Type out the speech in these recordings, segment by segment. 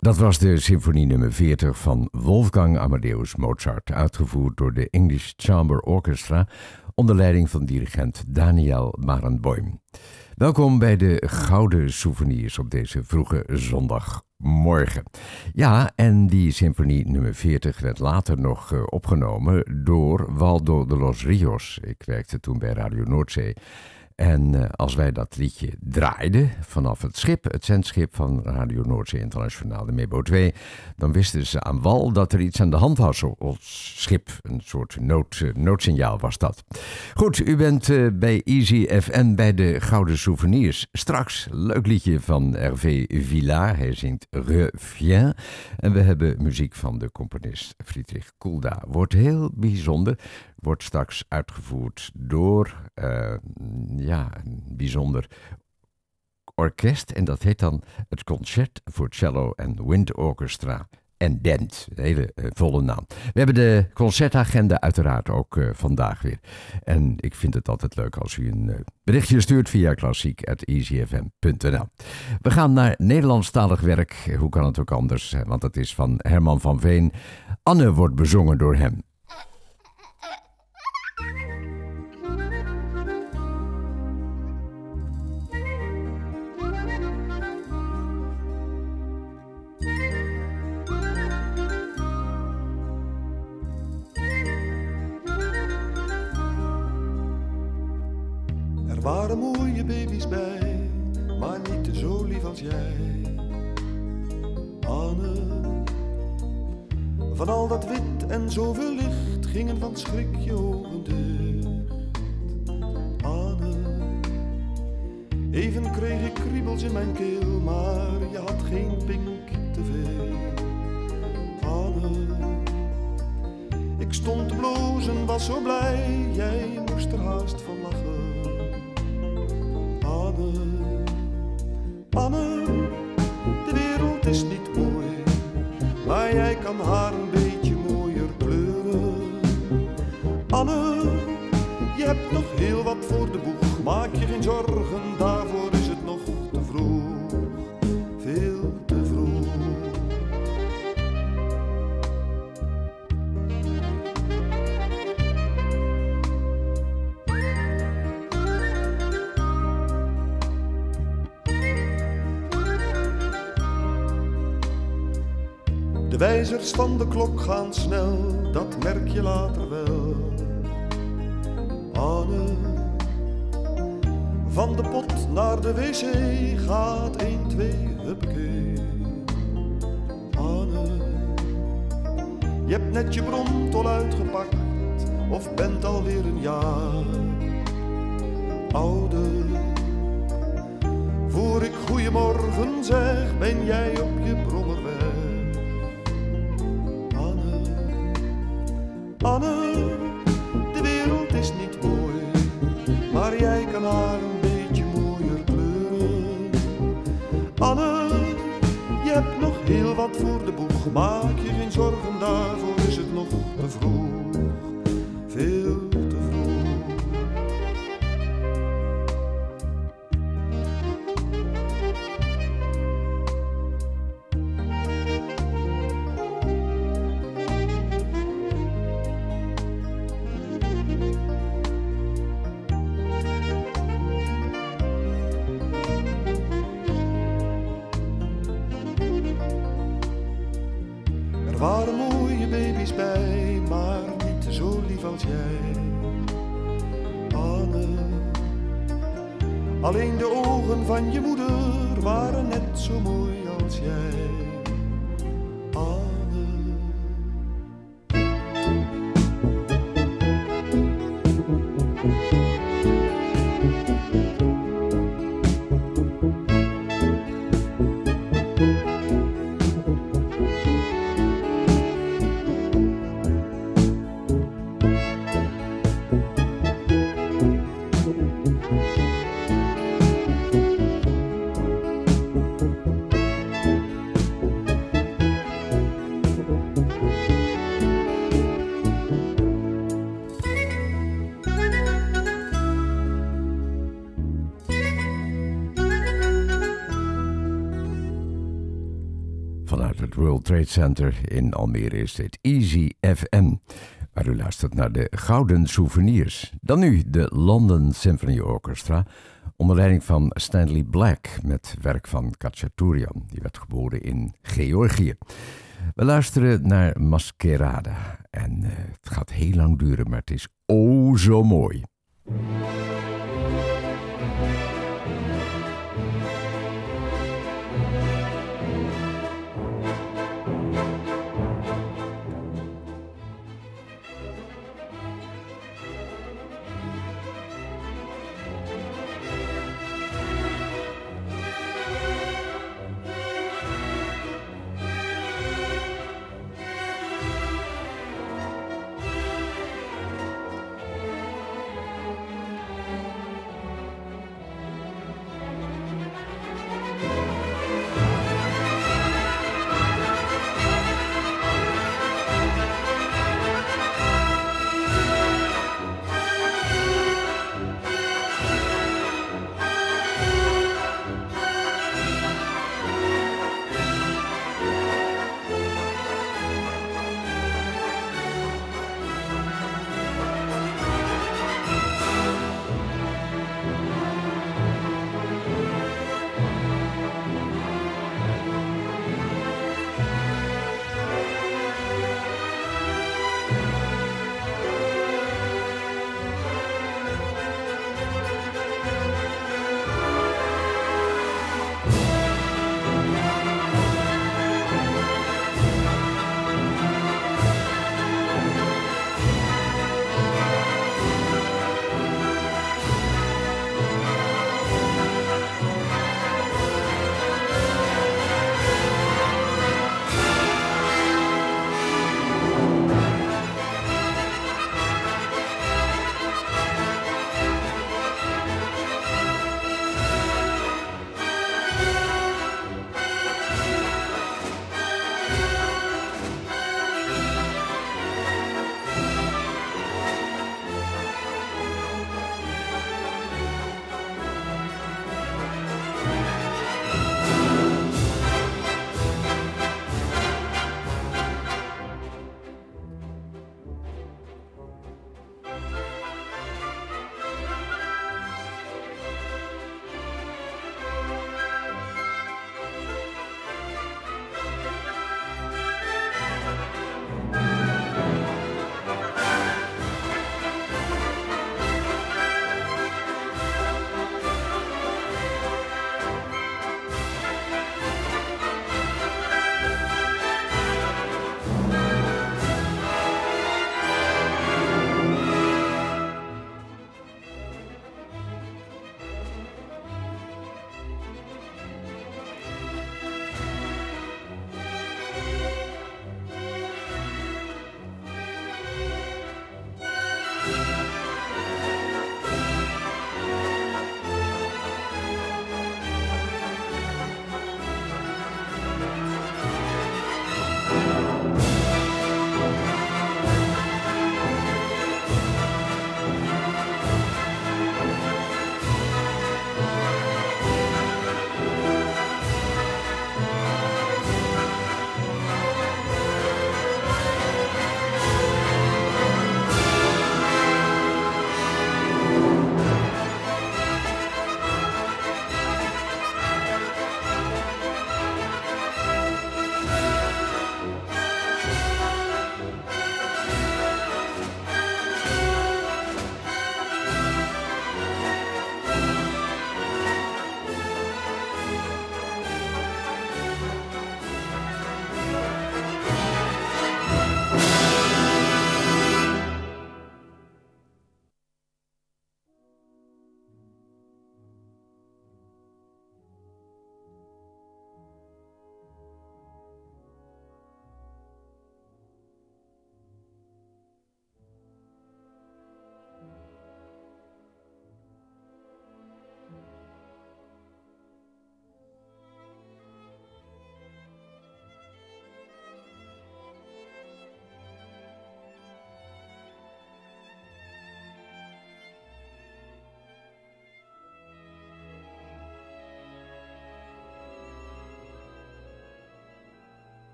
Dat was de symfonie nummer 40 van Wolfgang Amadeus Mozart, uitgevoerd door de English Chamber Orchestra onder leiding van dirigent Daniel Barenboim. Welkom bij de Gouden Souvenirs op deze vroege zondagmorgen. Ja, en die symfonie nummer 40 werd later nog opgenomen door Waldo de los Rios. Ik werkte toen bij Radio Noordzee. En als wij dat liedje draaiden vanaf het schip, het zendschip van Radio Noordzee Internationaal, de Mebo 2, dan wisten ze aan wal dat er iets aan de hand was op ons schip. Een soort noodsignaal was dat. Goed, u bent bij Easy FM bij de Gouden Souvenirs. Straks leuk liedje van Hervé Villard, hij zingt Reviens. En we hebben muziek van de componist Friedrich Kulda. Wordt heel bijzonder. Wordt straks uitgevoerd door een bijzonder orkest. En dat heet dan het Concert voor Cello en Wind Orchestra en Band. Een hele volle naam. We hebben de concertagenda uiteraard ook vandaag weer. En ik vind het altijd leuk als u een berichtje stuurt via klassiek@easyfm.nl. We gaan naar Nederlandstalig werk. Hoe kan het ook anders? Want het is van Herman van Veen. Anne wordt bezongen door hem. Er waren mooie baby's bij, maar niet zo lief als jij, Anne. Van al dat wit en zoveel licht gingen van schrik je ogen dicht, Anne. Even kreeg ik kriebels in mijn keel, maar je had geen pink te veel, Anne. Ik stond te blozen, was zo blij, jij moest er haast van lachen. Anne, Anne, de wereld is niet mooi, maar jij kan haar een beetje mooier kleuren. Anne, je hebt nog heel wat voor de boeg, maak je geen zorgen, daarvoor is het nog te vroeg, veel te vroeg. De wijzers van de klok gaan snel, dat merk je later wel, Anne. Van de pot naar de wc gaat 1, 2, huppakee, Anne. Je hebt net je bromtol uitgepakt, of bent alweer een jaar ouder. Voor ik goeiemorgen zeg, ben jij op je brommer weg. Anne, de wereld is niet mooi, maar jij kan haar een beetje mooier kleuren. Anne, je hebt nog heel wat voor de boeg, maak je geen zorgen, daarvoor is het nog te vroeg, veel te vroeg. Er waren mooie baby's bij, maar niet zo lief als jij, Anne. Alleen de ogen van je moeder waren net zo mooi als jij, Anne. World Trade Center in Almere is dit Easy FM, waar u luistert naar de Gouden Souvenirs. Dan nu de London Symphony Orchestra, onder leiding van Stanley Black met werk van Khachaturian. Die werd geboren in Georgië. We luisteren naar Masquerada en het gaat heel lang duren, maar het is oh zo mooi.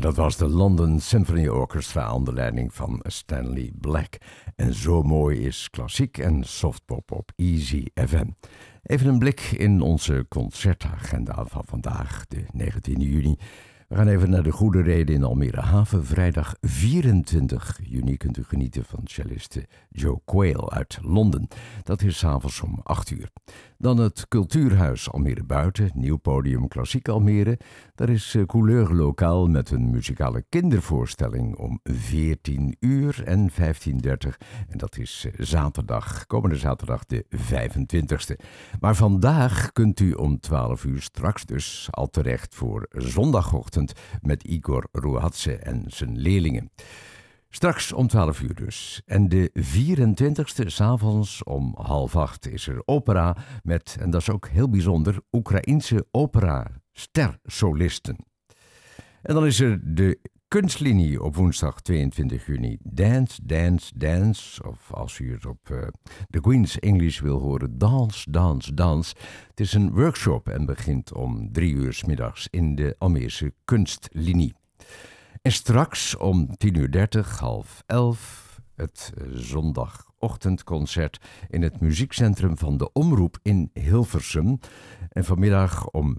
dat was de London Symphony Orchestra onder leiding van Stanley Black. En zo mooi is klassiek en softpop op Easy FM. Even een blik in onze concertagenda van vandaag, de 19 juni. We gaan even naar de Goede Reden in Almere Haven. Vrijdag 24 juni kunt u genieten van celliste Joe Quayle uit Londen. Dat is 's avonds om 8 uur. Dan het Cultuurhuis Almere Buiten, nieuw podium Klassiek Almere. Daar is couleur lokaal met een muzikale kindervoorstelling om 14 uur en 15:30. En dat is zaterdag, komende zaterdag de 25e. Maar vandaag kunt u om 12 uur straks dus al terecht voor zondagochtend met Igor Ruhatse en zijn leerlingen. Straks om 12 uur dus. En de 24e, 's avonds om 7:30 is er opera met, en dat is ook heel bijzonder, Oekraïense opera-stersolisten. En dan is er de kunstlinie op woensdag 22 juni. Dance, Dance, Dance. Of als u het op de Queen's English wil horen, Dance, Dance, Dance. Het is een workshop en begint om 3 uur 's middags in de Almeerse kunstlinie. En straks om 10:30, 10:30, het zondagochtendconcert in het muziekcentrum van de Omroep in Hilversum. En vanmiddag om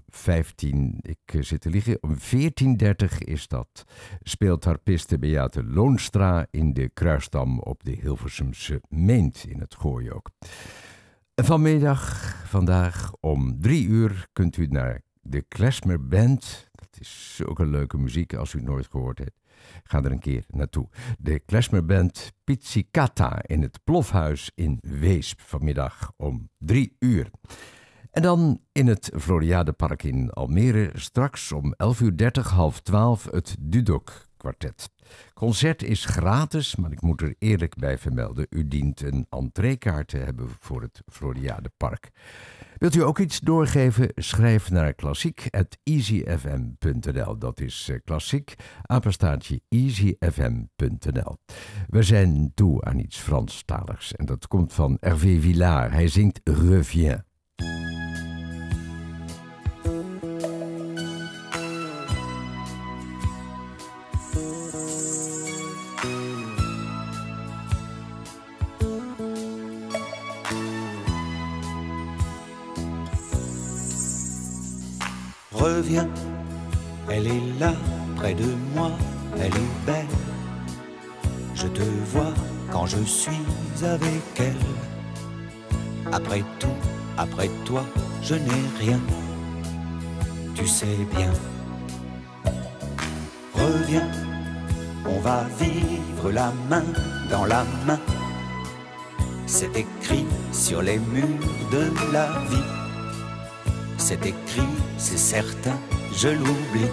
14:30 is dat. Speelt harpiste Beate Loonstra in de Kruisdam op de Hilversumse Meent in het Gooi ook. En vandaag om 3 uur kunt u naar de Klezmer Band. Het is zulke leuke muziek als u het nooit gehoord hebt. Ga er een keer naartoe. De Klezmer Band Pizzicata in het Plofhuis in Weesp vanmiddag om 3 uur. En dan in het Floriadepark in Almere straks om 11:30, 11:30 het Dudok Kwartet. Concert is gratis, maar ik moet er eerlijk bij vermelden. U dient een entreekaart te hebben voor het Floriadepark. Wilt u ook iets doorgeven? Schrijf naar klassiek@easyfm.nl. Dat is klassiek, apenstaartje easyfm.nl. We zijn toe aan iets Franstaligs en dat komt van Hervé Villard. Hij zingt Reviens. Reviens, elle est là, près de moi, elle est belle. Je te vois quand je suis avec elle. Après tout, après toi, je n'ai rien, tu sais bien. Reviens, on va vivre la main dans la main. C'est écrit sur les murs de la vie. C'est écrit, c'est certain, je l'oublie.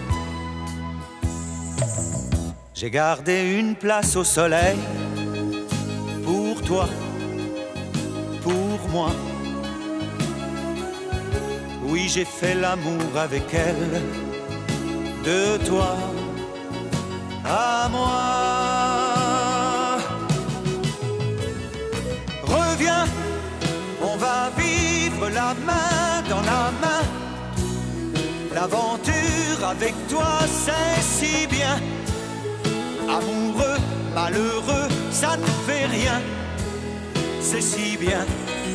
J'ai gardé une place au soleil pour toi, pour moi. Oui, j'ai fait l'amour avec elle, de toi à moi. Reviens, on va vivre la main dans la main. L'aventure avec toi, c'est si bien. Amoureux, malheureux, ça ne fait rien. C'est si bien.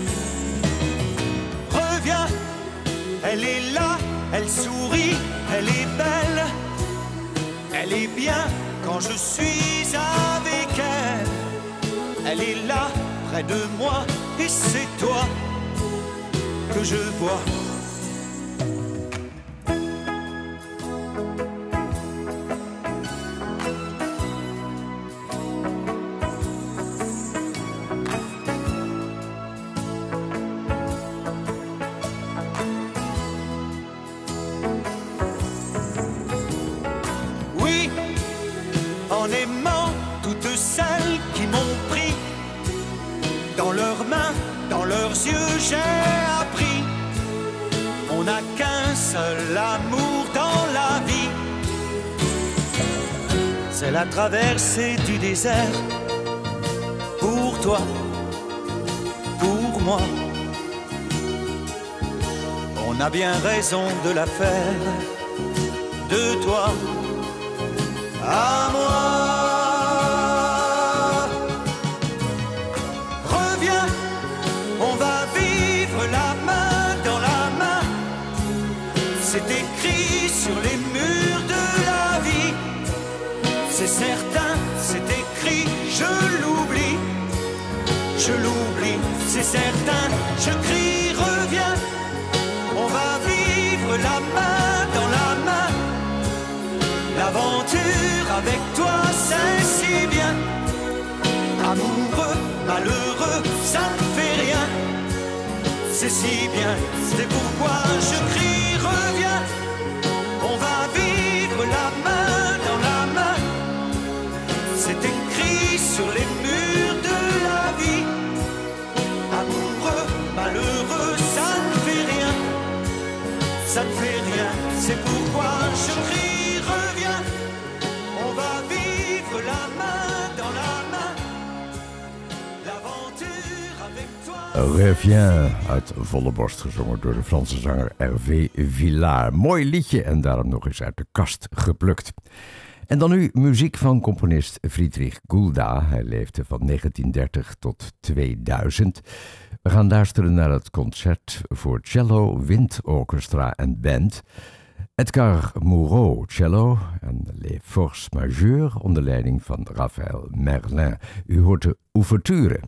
Reviens, elle est là, elle sourit, elle est belle. Elle est bien quand je suis avec elle. Elle est là, près de moi, et c'est toi que je vois. En aimant toutes celles qui m'ont pris dans leurs mains, dans leurs yeux, j'ai appris. On n'a qu'un seul amour dans la vie. C'est la traversée du désert. Pour toi, pour moi. On a bien raison de la faire. De toi à moi. Reviens, on va vivre la main dans la main. C'est écrit sur les murs de la vie. C'est certain, c'est écrit, je l'oublie. Je l'oublie, c'est certain, je crie, reviens. On va vivre la main dans la main. L'aventure avec toi, c'est si bien. Amoureux, malheureux, ça ne fait rien. C'est si bien, c'est pourquoi je crie, reviens. On va vivre la main dans la main. C'est écrit sur les murs de la vie. Amoureux, malheureux, ça ne fait rien. Ça ne fait rien, c'est pourquoi je crie, reviens. On va vivre la main dans la main. L'aventure avec toi. Reviens, uit volle borst gezongen door de Franse zanger Hervé Villard. Mooi liedje en daarom nog eens uit de kast geplukt. En dan nu muziek van componist Friedrich Gulda. Hij leefde van 1930 tot 2000. We gaan luisteren naar het concert voor cello, windorchestra en band. Edgar Moreau, cello en Les Forces Majeures onder leiding van Raphaël Merlin. U hoort de ouverture.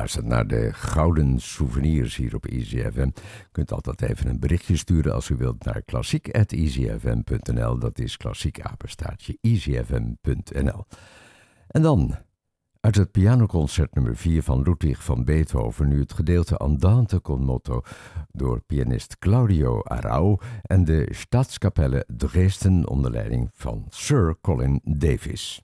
luistert naar de Gouden Souvenirs hier op Easy FM. U kunt altijd even een berichtje sturen als u wilt naar klassiek@easyfm.nl. Dat is klassiekapenstaartje easyfm.nl. En dan uit het pianoconcert nummer 4 van Ludwig van Beethoven, nu het gedeelte Andante con moto door pianist Claudio Arrau en de Staatskapelle Dresden onder leiding van Sir Colin Davis.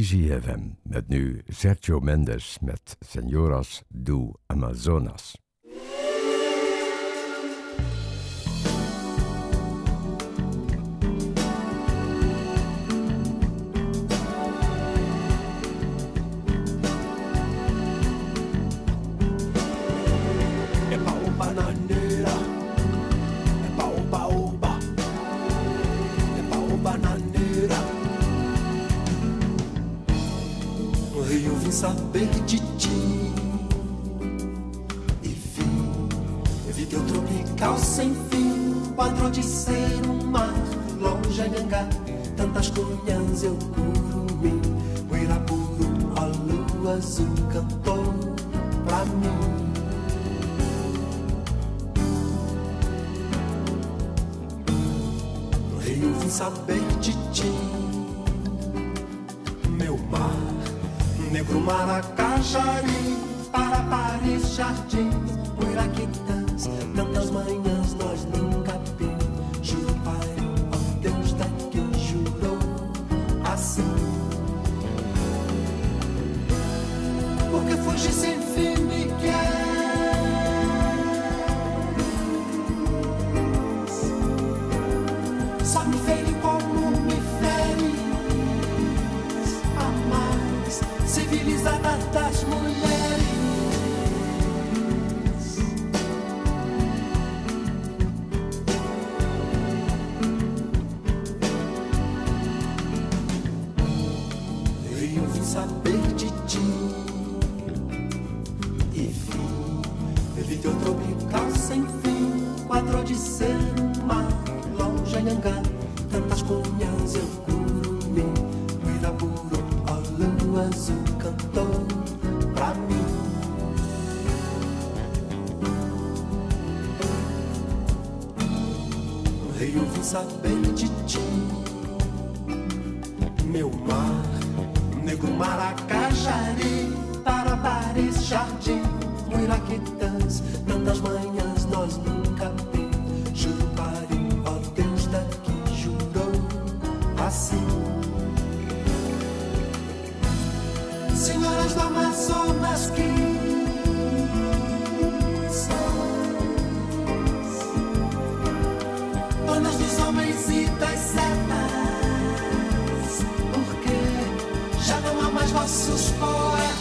Easy FM. Met nu Sergio Mendes met Señoras do Amazonas. Eu vim saber de ti e vi teu tropical sem fim, quadro de ser um mar, longe Anhangá, tantas cunhãs eu curumi, o Irapuru, a lua azul cantou pra mim. No Rio vim saber de ti, meu mar, negro Maracajari, para Paris, Jardim, Poiraquitãs, tantas manhãs nós nunca vimos. Juro, Pai, ó Deus daqui jurou assim. Porque fugir sem fim me quer. Só me fere como me fere. Civilizada das mulheres. Eu vim saber de ti e vi teu tropical sem fim, quadro de ser um mar, longe Anhangá, tantas cunhãs eu curumi, o Irapuru, a lua azul cantou pra mim. No Rio vim saber de ti, meu mar, negro Maracajari, para Paris, Jardim, Poiraquitãs, tantas manhãs nós nunca vimos. Juro, Pari, ó Deus daqui jurou assim. Senhoras do Amazonas que donas dos homens e das setas, porque já não há mais vossos poetas.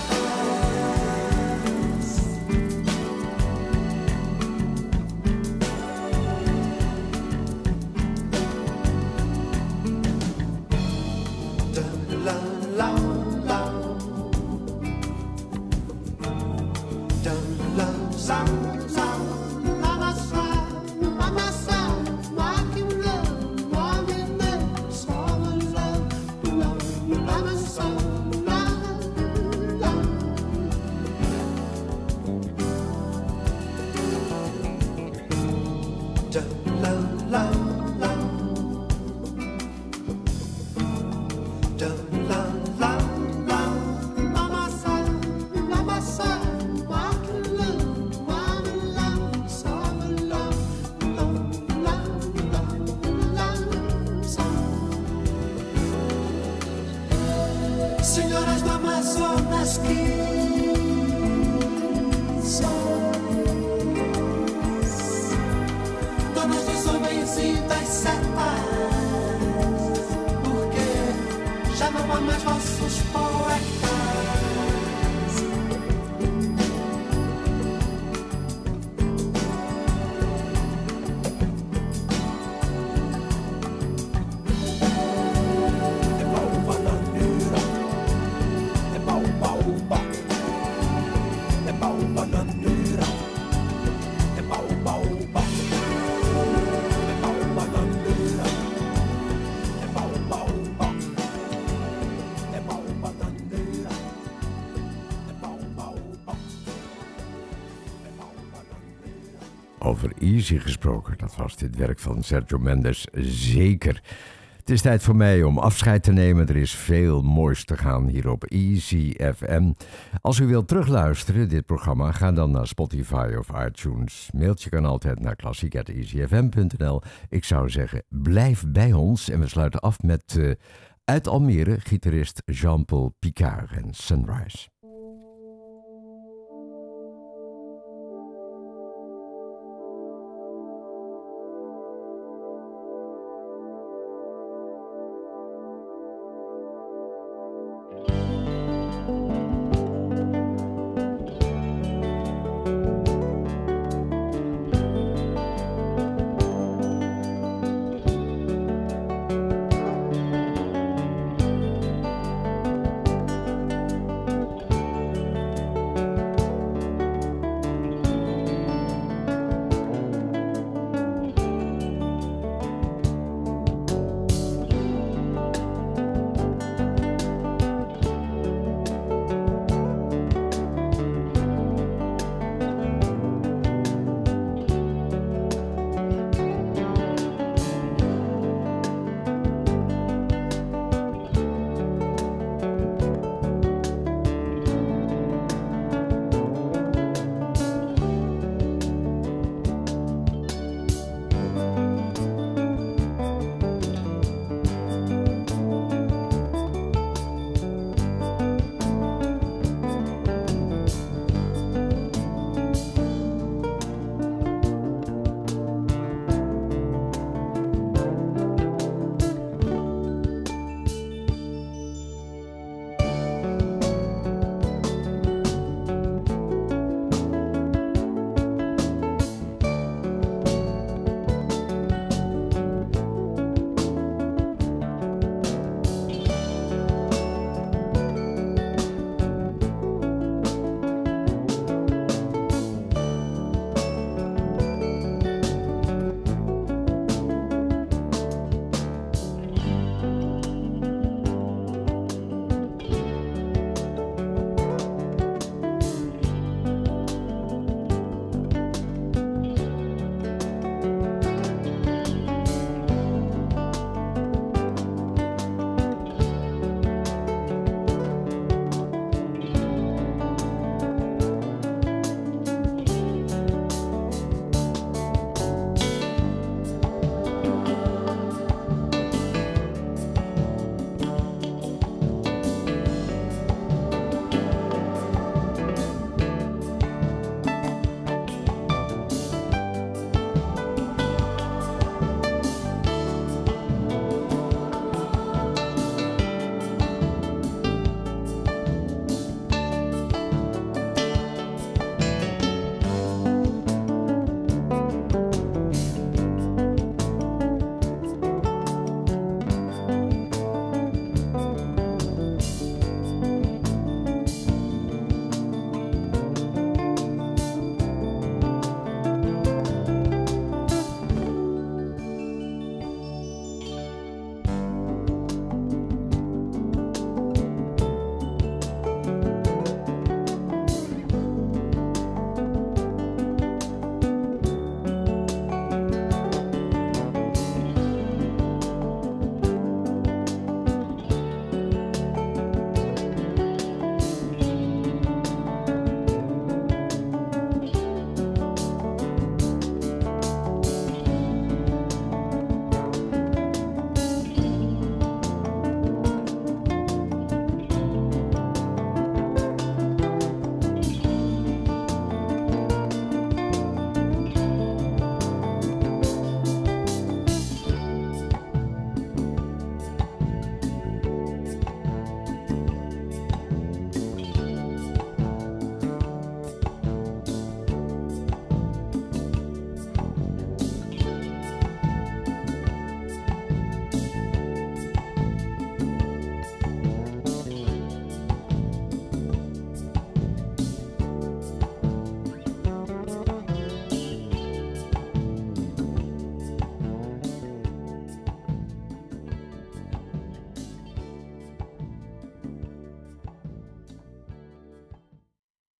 Senhoras do Amazonas que donas dos homens e das setas, porque já não há mais vossos poetas. Over Easy gesproken, dat was dit werk van Sergio Mendes zeker. Het is tijd voor mij om afscheid te nemen. Er is veel moois te gaan hier op Easy FM. Als u wilt terugluisteren, dit programma, ga dan naar Spotify of iTunes. Mailtje kan altijd naar klassiek@easyfm.nl. Ik zou zeggen, blijf bij ons en we sluiten af met Uit Almere gitarist Jean-Paul Picard en Sunrise.